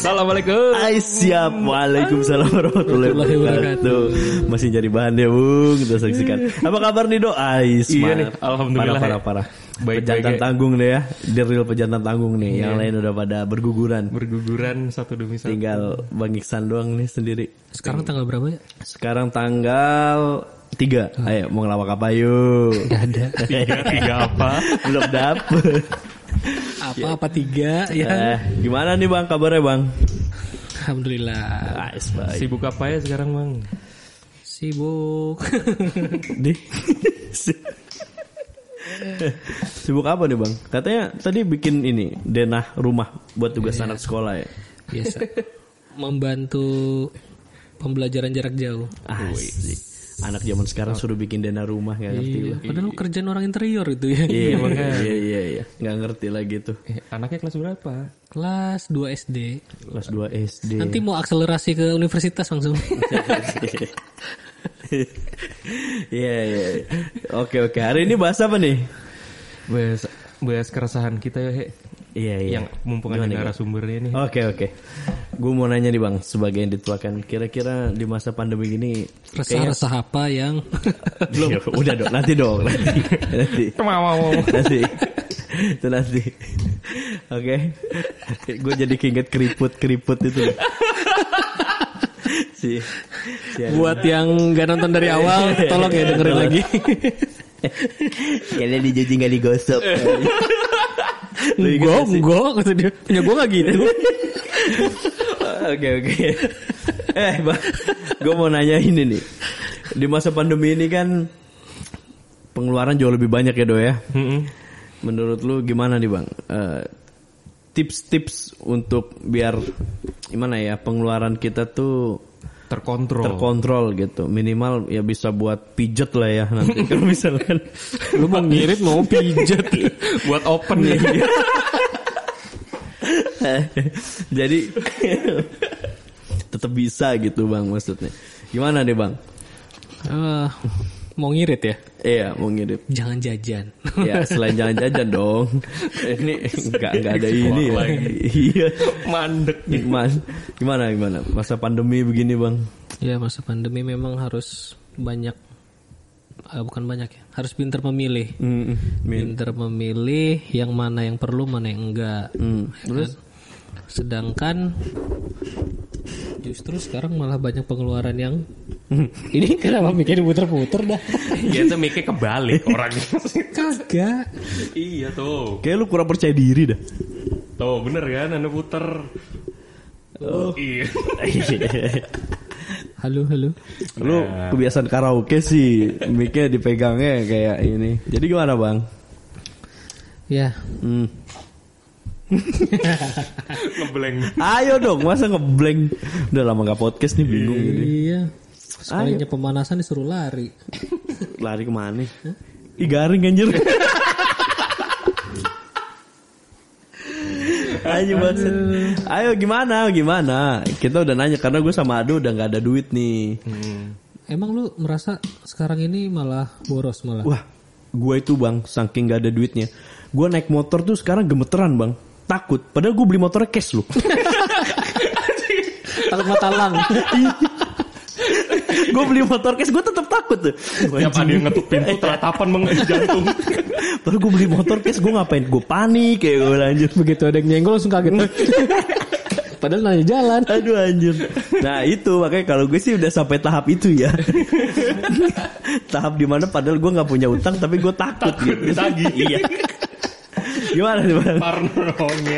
Assalamualaikum. Siap. Waalaikumsalam warahmatullahi wabarakatuh. Masih jadi bahan ya, Bung. Kita saksikan. Apa kabar nih, Dok? Iya nih, alhamdulillah. Parah. Baik. Pejantan tanggung deh ya. The real pejantan tanggung nih. Yang lain udah pada berguguran satu demi satu. Tinggal Bang Iksan doang nih sendiri. Sekarang tanggal berapa ya? Sekarang tanggal 3. Ayo mau ngelawak apa yuk? Gak ada. Tiga apa? Belum dapet. Apa 3 ya? Gimana nih Bang kabarnya Bang? Alhamdulillah. Baik. Sibuk apa ya sekarang, Bang? Sibuk. Sibuk apa nih Bang? Katanya tadi bikin ini denah rumah buat tugas anak sekolah ya. Biasa. Membantu pembelajaran jarak jauh. Asik. Anak zaman sekarang suruh bikin denah rumah gak ngerti. Iya, padahal kerjaan orang interior itu ya. Iya. Gak ngerti lagi tuh. Anaknya kelas berapa? Kelas 2 SD. Kelas 2 SD. Nanti mau akselerasi ke universitas langsung. Iya. Oke. Hari ini bahas apa nih? Bahas keresahan kita ya, He. Iya. Yang mumpung ada narasumbernya nih. Oke. Gue mau nanya nih Bang, sebagai yang dituakan, kira-kira di masa pandemi gini resah apa yang belum? Udah dong, nanti. Itu nanti. Oke. Gue jadi keinget keriput itu. Buat yang gak nonton dari awal, tolong ya dengerin lagi. Kalian dijanji gak digosok. Enggak, kata dia. Punya gue gak gitu. Oke. Bang, gue mau nanya ini nih. Di masa pandemi ini kan pengeluaran jauh lebih banyak ya, Do ya. Menurut lu gimana nih Bang? Tips-tips untuk biar gimana ya pengeluaran kita tuh terkontrol gitu. Minimal ya bisa buat pijet lah ya nanti kalau misalkan lu mau ngirit mau pijet buat open nih. Jadi tetap bisa gitu Bang maksudnya. Gimana deh Bang? Mau ngirit ya? Iya mau ngirit. Jangan jajan. Ya selain jangan jajan dong. Ini nggak ada ini ya. Iya. Mandek nih. Gimana? Masa pandemi begini Bang? Ya masa pandemi memang harus banyak. Bukan banyak ya. Harus pintar memilih. Pintar memilih yang mana yang perlu, mana yang enggak. Terus? Sedangkan justru sekarang malah banyak pengeluaran yang ini kenapa mikir puter-puter dah. Ya itu mikir kebalik orangnya. Kagak. Iya tuh. Kayak lu kurang percaya diri dah. Tuh bener kan anda puter. Iya. Halo. Lu kebiasaan karaoke sih, mic-nya dipegangnya kayak ini. Jadi gimana Bang? Ya. Ngeblank. Ayo dong, masa ngeblank? Udah lama gak podcast nih, bingung jadi. Iya. Sekalinya pemanasan disuruh lari. Lari kemana? Ih garing anjir. Ayo gimana? Kita udah nanya karena gue sama Ado udah gak ada duit nih. Emang lu merasa sekarang ini malah boros malah? Wah, gue itu Bang, saking gak ada duitnya, gue naik motor tuh sekarang gemeteran Bang. Takut, padahal gue beli motornya cash loh. Takut matalang. Gue beli motor cash, gue tetap takut tuh. Tiap ada yang ngetuk pintu teratapan mengenai jantung. Padahal gue beli motor cash, gue ngapain? Gue panik kayak gue lanjut. Begitu ada yang nyenggol langsung kaget. Padahal nanya jalan. Aduh anjir. Nah itu makanya kalau gue sih udah sampai tahap itu ya. Tahap dimana padahal gue gak punya utang tapi gue takut gitu. Ditagih. Iya. Gimana nih Bang? Parnonya.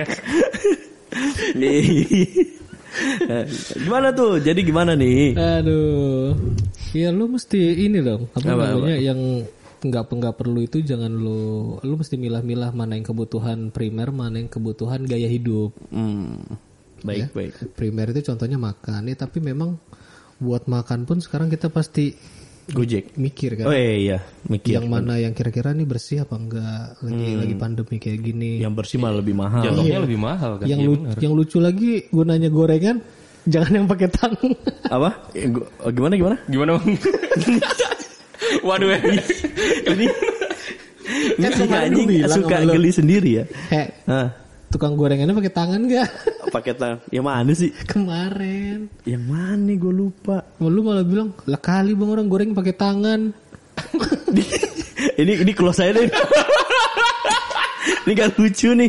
Gimana tuh? Jadi gimana nih? Aduh. Ya lu mesti ini dong. Apa namanya yang nggak perlu itu jangan lu mesti milah-milah mana yang kebutuhan primer, mana yang kebutuhan gaya hidup. Baik. Primer itu contohnya makan. Ya tapi memang buat makan pun sekarang kita pasti Gojek mikir kan. Oh iya, mikir. Yang mana yang kira-kira nih bersih apa enggak lagi pandemi kayak gini. Yang bersih malah lebih mahal. Jatuhnya lebih mahal kan. Yang lucu lagi gunanya gorengan jangan yang pakai tang. Apa? Gimana? Gimana Bang? Waduh ini anjing suka geli sendiri ya. Tukang gorengannya pakai tangan enggak? pakai tangan. Yang mana sih? Kemarin. Yang mana gue lupa. Lu malah bilang, lah kali bang orang goreng pakai tangan. ini close saya deh. Ini gak lucu nih.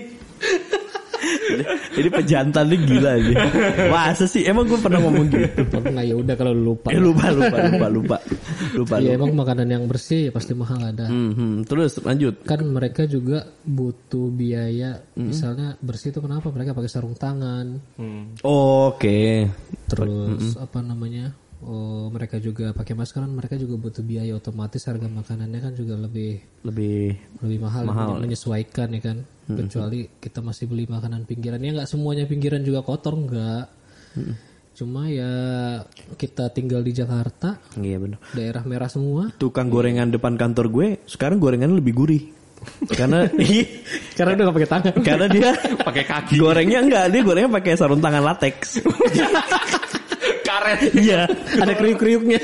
Ini pejantan nih gila aja. Masa sih? Emang gue pernah ngomong gitu? Pernah, ya udah kalau lupa. Lupa. Ya emang makanan yang bersih ya pasti mahal ada. Terus lanjut. Kan mereka juga butuh biaya. Misalnya bersih itu kenapa? Mereka pakai sarung tangan. Oke. Terus apa namanya? Mereka juga pakai masker kan, mereka juga butuh biaya, otomatis harga makanannya kan juga lebih mahal. Menyesuaikan ya kan. Kecuali kita masih beli makanan pinggiran, ya nggak semuanya pinggiran juga kotor, nggak. Cuma ya kita tinggal di Jakarta, iya benar. daerah merah semua. Tukang gorengan depan kantor gue sekarang gorengannya lebih gurih. Karena Karena udah gak pakai tangan. Karena dia pakai kaki. Gorengnya enggak, dia gorengnya pakai sarung tangan latex. Karet. Iya, Ada kriuk-kriuknya.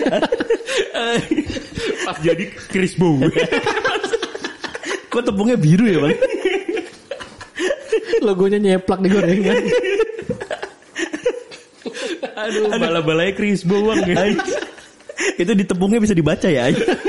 Pas jadi Chris Bow. Kok tepungnya biru ya bang? Logonya nyeplak di gorengan. Aduh, bala-balanya Chris Bow bang. Itu di tepungnya bisa dibaca ya.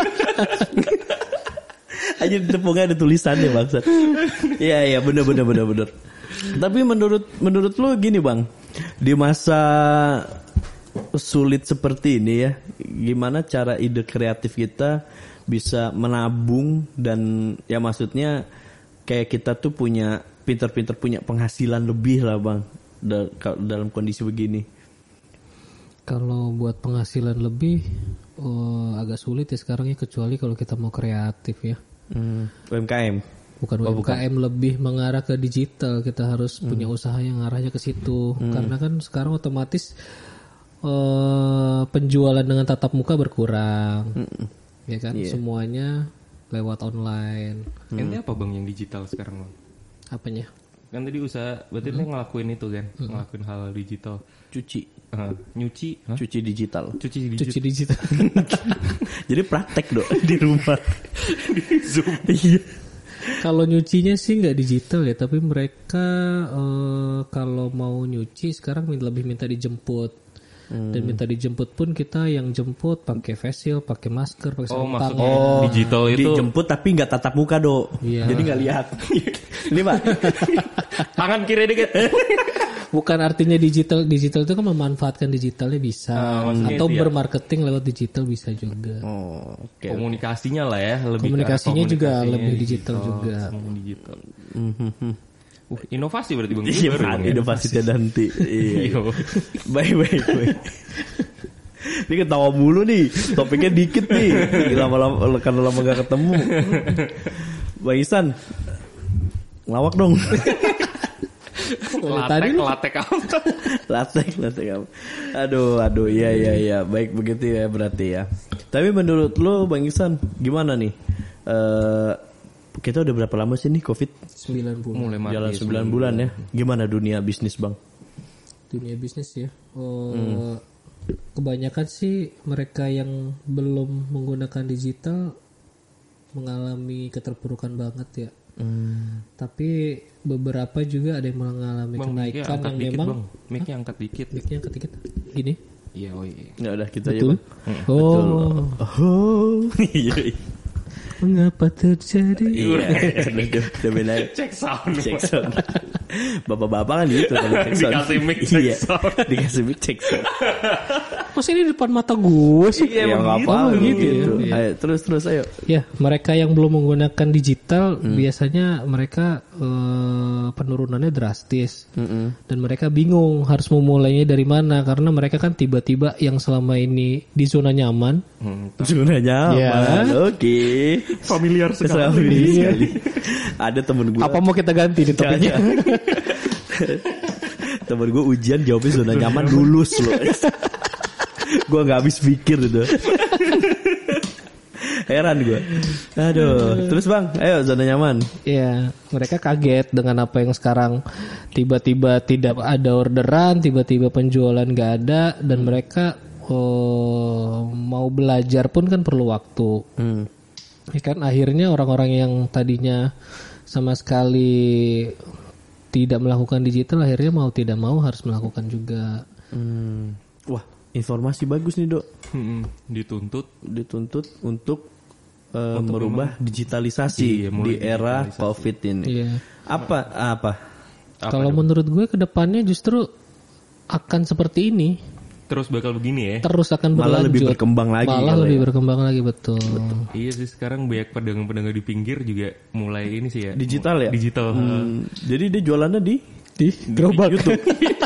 Aja di tepungnya ada tulisannya bangsat. Iya benar. Tapi menurut lu gini bang, di masa sulit seperti ini ya, gimana cara ide kreatif kita bisa menabung dan ya maksudnya kayak kita tuh punya pinter-pinter punya penghasilan lebih lah bang dalam kondisi begini. Kalau buat penghasilan lebih agak sulit ya sekarang ya, kecuali kalau kita mau kreatif ya. UMKM. Bukan UMKM, lebih mengarah ke digital. Kita harus punya usaha yang arahnya ke situ. Karena kan sekarang otomatis penjualan dengan tatap muka berkurang. Ya kan, semuanya lewat online. Ini apa bang yang digital sekarang bang? Apanya? Kan tadi usaha, berarti dia ngelakuin itu kan, ngelakuin hal digital. Cuci digital. Cuci digital. Jadi praktek dong di rumah. Di Zoom. Iya. Kalau nyucinya sih nggak digital ya, tapi mereka kalau mau nyuci sekarang lebih minta dijemput. Dan minta dijemput pun kita yang jemput pakai face shield, pakai masker, pakai sarung tangan. Digital itu dijemput tapi nggak tatap muka dok. Iya. Jadi nggak lihat. Ini pak. Tangan kiri dikit. Bukan artinya digital itu kan memanfaatkan digitalnya bisa, atau bermarketing lewat digital bisa juga. Okay. Komunikasinya lah ya, lebih komunikasinya juga lebih digital juga. Digital. Inovasi berarti bang. Iya bang, inovasi nanti. Iya. Baik. Ini ketawa mulu nih, topiknya dikit nih. Lama-lama karena lama gak ketemu. Bang Isan, ngelawak dong. Latek apa? Latek apa? Aduh, iya. Baik begitu ya berarti ya. Tapi menurut lo Bang Isan, gimana nih? Kita udah berapa lama sih nih COVID? 9 bulan. Jalan 9 bulan ya. Gimana dunia bisnis bang? Dunia bisnis ya. Kebanyakan sih mereka yang belum menggunakan digital mengalami keterpurukan banget ya. Tapi beberapa juga ada yang mengalami kenaikan yang dikit, memang. Mic-nya angkat dikit. Mic-nya angkat dikit. Gini. Iya. Ya udah kita betul. Aja Oh. Iya. Mengapa terjadi? Iya. Udah benar. Cek sound. Bapak-bapak kan gitu kalau cek sound. Dikasih mic cek sound. Dikasih mic cek sound. Mas ini depan mata gue sih. Iya enggak apa-apa gitu. Ayo terus ayo. Ya, mereka yang belum menggunakan digital biasanya mereka penurunannya drastis. Dan mereka bingung harus memulainya dari mana karena mereka kan tiba-tiba yang selama ini di zona nyaman. Zona nyaman. Ya. Oke. Familiar sekali. Ada temen gue. Apa mau kita ganti di topiknya? Temen gue ujian jawabnya zona nyaman lulus loh. Gue nggak habis pikir itu. Heran gue. Aduh. Terus bang, ayo zona nyaman. Iya, mereka kaget dengan apa yang sekarang tiba-tiba tidak ada orderan, tiba-tiba penjualan nggak ada, dan mereka mau belajar pun kan perlu waktu. Ya kan akhirnya orang-orang yang tadinya sama sekali tidak melakukan digital akhirnya mau tidak mau harus melakukan juga. Wah, informasi bagus nih, Dok. Dituntut untuk merubah digitalisasi di era COVID ini. Iya. Apa? Kalau menurut gue kedepannya justru akan seperti ini. Terus bakal begini ya. Terus akan berlanjut. Malah lebih berkembang lagi. Malah lebih berkembang lagi, betul. Iya sih, sekarang banyak pedagang-pedagang di pinggir juga mulai ini sih ya. Digital ya? Digital. Jadi dia jualannya di gerobak YouTube.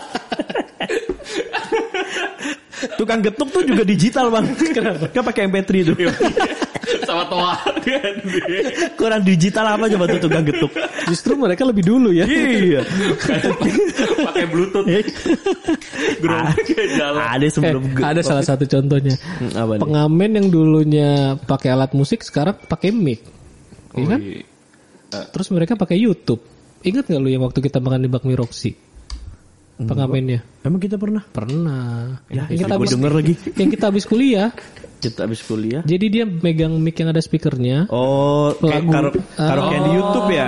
Tukang getuk tuh juga digital, Bang. Kenapa? Kan pakai MP3 tuh. Sama toa kan. Kurang digital apa coba tuh tukang getuk? Justru mereka lebih dulu ya. Iya. Pakai Bluetooth. Gerobaknya jalan. Ada sebelum ada salah satu contohnya. Apa nih? Pengamen yang dulunya pakai alat musik sekarang pakai mic. Iya kan? Terus mereka pakai YouTube. Ingat gak lu yang waktu kita makan di Bakmi Roxy? Pengamennya. Emang kita pernah? Pernah. Ya, yang kita gue denger lagi. Yang kita habis kuliah. Kita habis kuliah. Jadi dia megang mic yang ada speakernya. Oh, kayak karaoke di YouTube ya?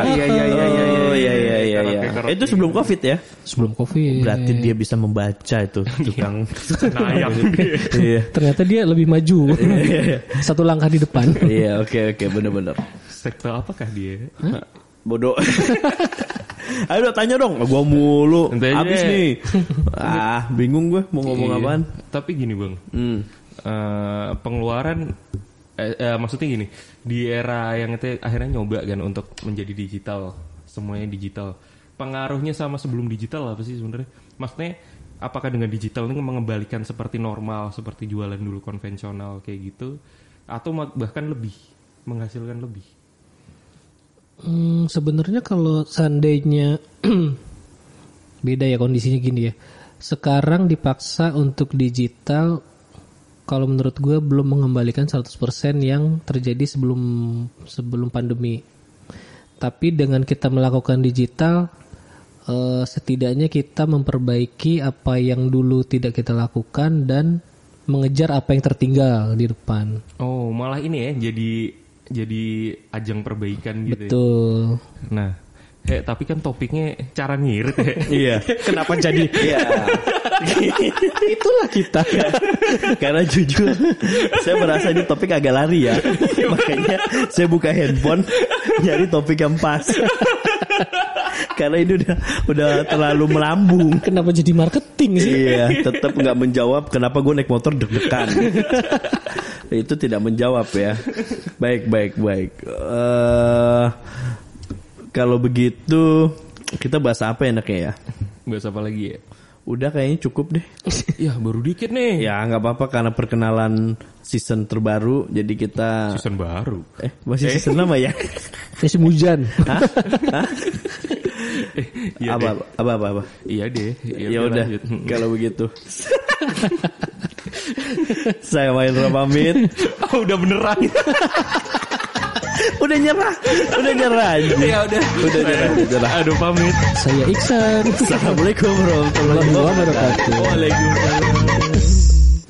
Iya. Itu sebelum COVID ya? Sebelum COVID. Berarti dia bisa membaca itu tukang Nayang. Iya. Ternyata dia lebih maju. Satu langkah di depan. Iya, oke, benar-benar. Sektor apakah dia? Bodoh. Ayo tanya dong, gua mulu. Habis nih. Bingung gue mau ngomong apaan. Tapi gini, Bang. Pengeluaran maksudnya gini, di era yang itu akhirnya nyoba kan untuk menjadi digital, semuanya digital. Pengaruhnya sama sebelum digital apa sih sebenarnya? Maksudnya apakah dengan digital ini mengembalikan seperti normal, seperti jualan dulu konvensional kayak gitu, atau bahkan lebih menghasilkan lebih? Sebenarnya kalau seandainya beda ya kondisinya gini ya. Sekarang dipaksa untuk digital, kalau menurut gue belum mengembalikan 100% yang terjadi sebelum pandemi. Tapi dengan kita melakukan digital, setidaknya kita memperbaiki apa yang dulu tidak kita lakukan dan mengejar apa yang tertinggal di depan. Oh, malah ini ya jadi ajang perbaikan gitu. Betul. Ya? Nah, tapi kan topiknya cara ngirit ya. Iya. Kenapa jadi? Iya. Itulah kita. Karena jujur, saya merasa ini topik agak lari ya. Makanya saya buka handphone nyari topik yang pas. Karena ini udah terlalu melambung. Kenapa jadi marketing sih? Iya, tetap nggak menjawab kenapa gue naik motor deg-degan. Itu tidak menjawab ya. Baik. Kalau begitu kita bahas apa enaknya ya? Bahas apa lagi ya? Udah kayaknya cukup deh. Ya baru dikit nih. Ya nggak apa-apa karena perkenalan season terbaru. Jadi kita season baru. Masih season lama ya? Musim hujan. Hah? Ya apa? Iya deh. Ya udah kalau begitu. Saya Mahendra pamit. Udah beneran. Udah nyerah aja. Ya udah nyerah. Aduh pamit. Saya Iksan. Assalamualaikum warahmatullahi wabarakatuh. Waalaikumsalam.